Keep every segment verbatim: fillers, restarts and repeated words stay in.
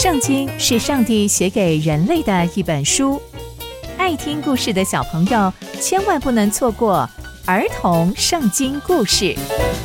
圣经是上帝写给人类的一本书，爱听故事的小朋友千万不能错过儿童圣经故事。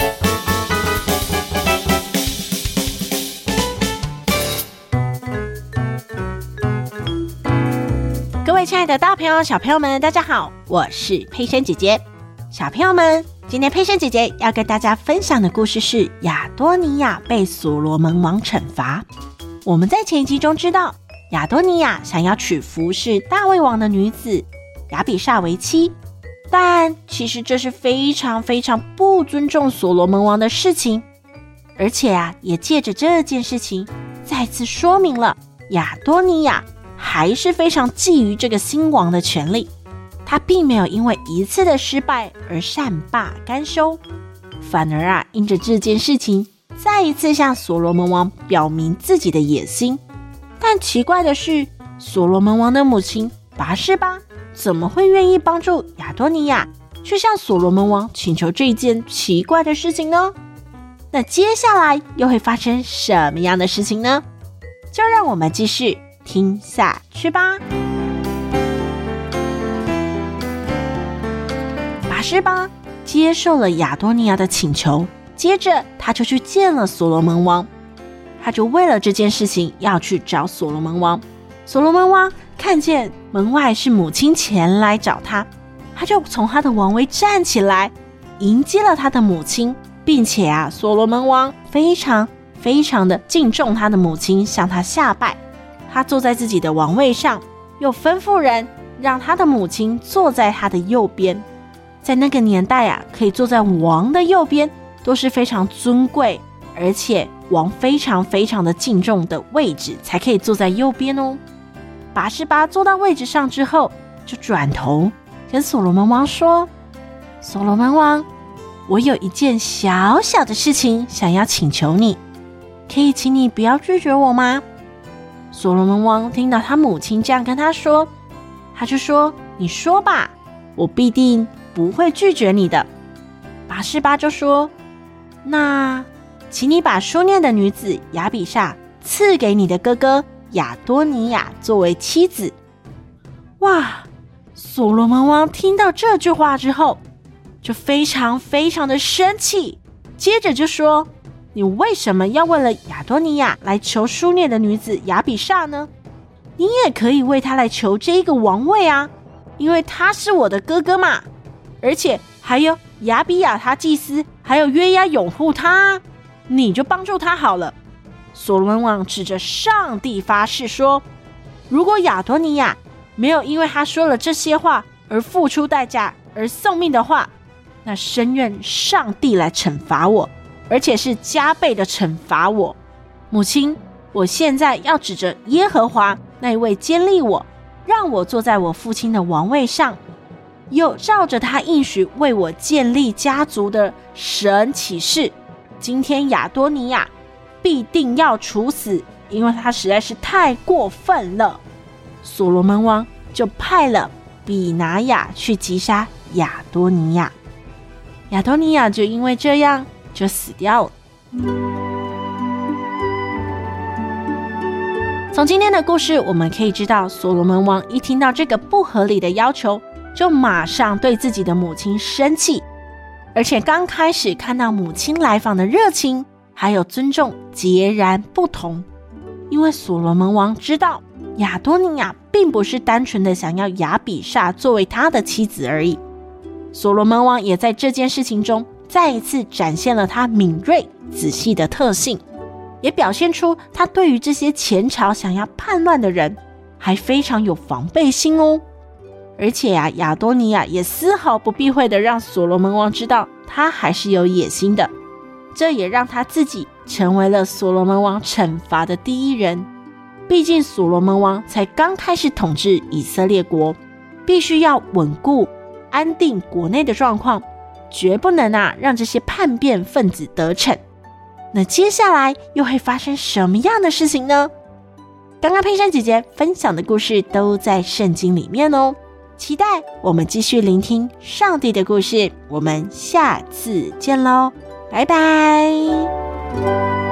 各位亲爱的大朋友小朋友们，大家好，我是佩珊姐姐。小朋友们，今天佩珊姐姐要跟大家分享的故事是亚多尼亚被所罗门王惩罚。我们在前一集中知道，亚多尼亚想要娶服侍大卫王的女子亚比煞为妻，但其实这是非常非常不尊重所罗门王的事情，而且啊，也借着这件事情再次说明了亚多尼亚还是非常觊觎这个新王的权利。他并没有因为一次的失败而善罢甘休，反而啊，因着这件事情再一次向所罗门王表明自己的野心。但奇怪的是，所罗门王的母亲拔示巴怎么会愿意帮助亚多尼亚去向所罗门王请求这件奇怪的事情呢？那接下来又会发生什么样的事情呢？就让我们继续听下去吧。拔示巴接受了亚多尼亚的请求，接着他就去见了所罗门王，他就为了这件事情要去找所罗门王。所罗门王看见门外是母亲前来找他，他就从他的王位站起来迎接了他的母亲，并且啊，所罗门王非常非常的敬重他的母亲，向他下拜。他坐在自己的王位上，又吩咐人让他的母亲坐在他的右边。在那个年代啊，可以坐在王的右边都是非常尊贵，而且王非常非常的敬重的位置，才可以坐在右边哦。拔示巴坐到位置上之后，就转头跟所罗门王说：所罗门王，我有一件小小的事情想要请求你，可以请你不要拒绝我吗？所罗门王听到他母亲这样跟他说，他就说：你说吧，我必定不会拒绝你的。拔示巴就说：那请你把书念的女子亚比煞赐给你的哥哥亚多尼亚作为妻子。哇！所罗门王听到这句话之后，就非常非常的生气，接着就说：你为什么要为了亚多尼亚来求书念的女子亚比煞呢？你也可以为她来求这一个王位啊，因为他是我的哥哥嘛。而且还有亚比亚他祭司，还有约押拥护他，你就帮助他好了。所罗门王指着上帝发誓说，如果亚多尼亚没有因为他说了这些话而付出代价而送命的话，那深愿上帝来惩罚我，而且是加倍的惩罚我。母亲，我现在要指着耶和华那一位坚立我，让我坐在我父亲的王位上，又照着他应许为我建立家族的神起誓，今天亚多尼亚必定要处死，因为他实在是太过分了。所罗门王就派了比拿雅去击杀亚多尼亚，亚多尼亚就因为这样就死掉了。从今天的故事我们可以知道，所罗门王一听到这个不合理的要求，就马上对自己的母亲生气，而且刚开始看到母亲来访的热情还有尊重截然不同。因为所罗门王知道亚多尼亚并不是单纯的想要亚比煞作为他的妻子而已，所罗门王也在这件事情中再一次展现了他敏锐仔细的特性，也表现出他对于这些前朝想要叛乱的人还非常有防备心哦。而且啊，亚多尼亚也丝毫不避讳的让所罗门王知道他还是有野心的，这也让他自己成为了所罗门王惩罚的第一人。毕竟所罗门王才刚开始统治以色列国，必须要稳固安定国内的状况，绝不能啊让这些叛变分子得逞。那接下来又会发生什么样的事情呢？刚刚佩珊姐姐分享的故事都在圣经里面哦，期待我们继续聆听上帝的故事，我们下次见咯，拜拜。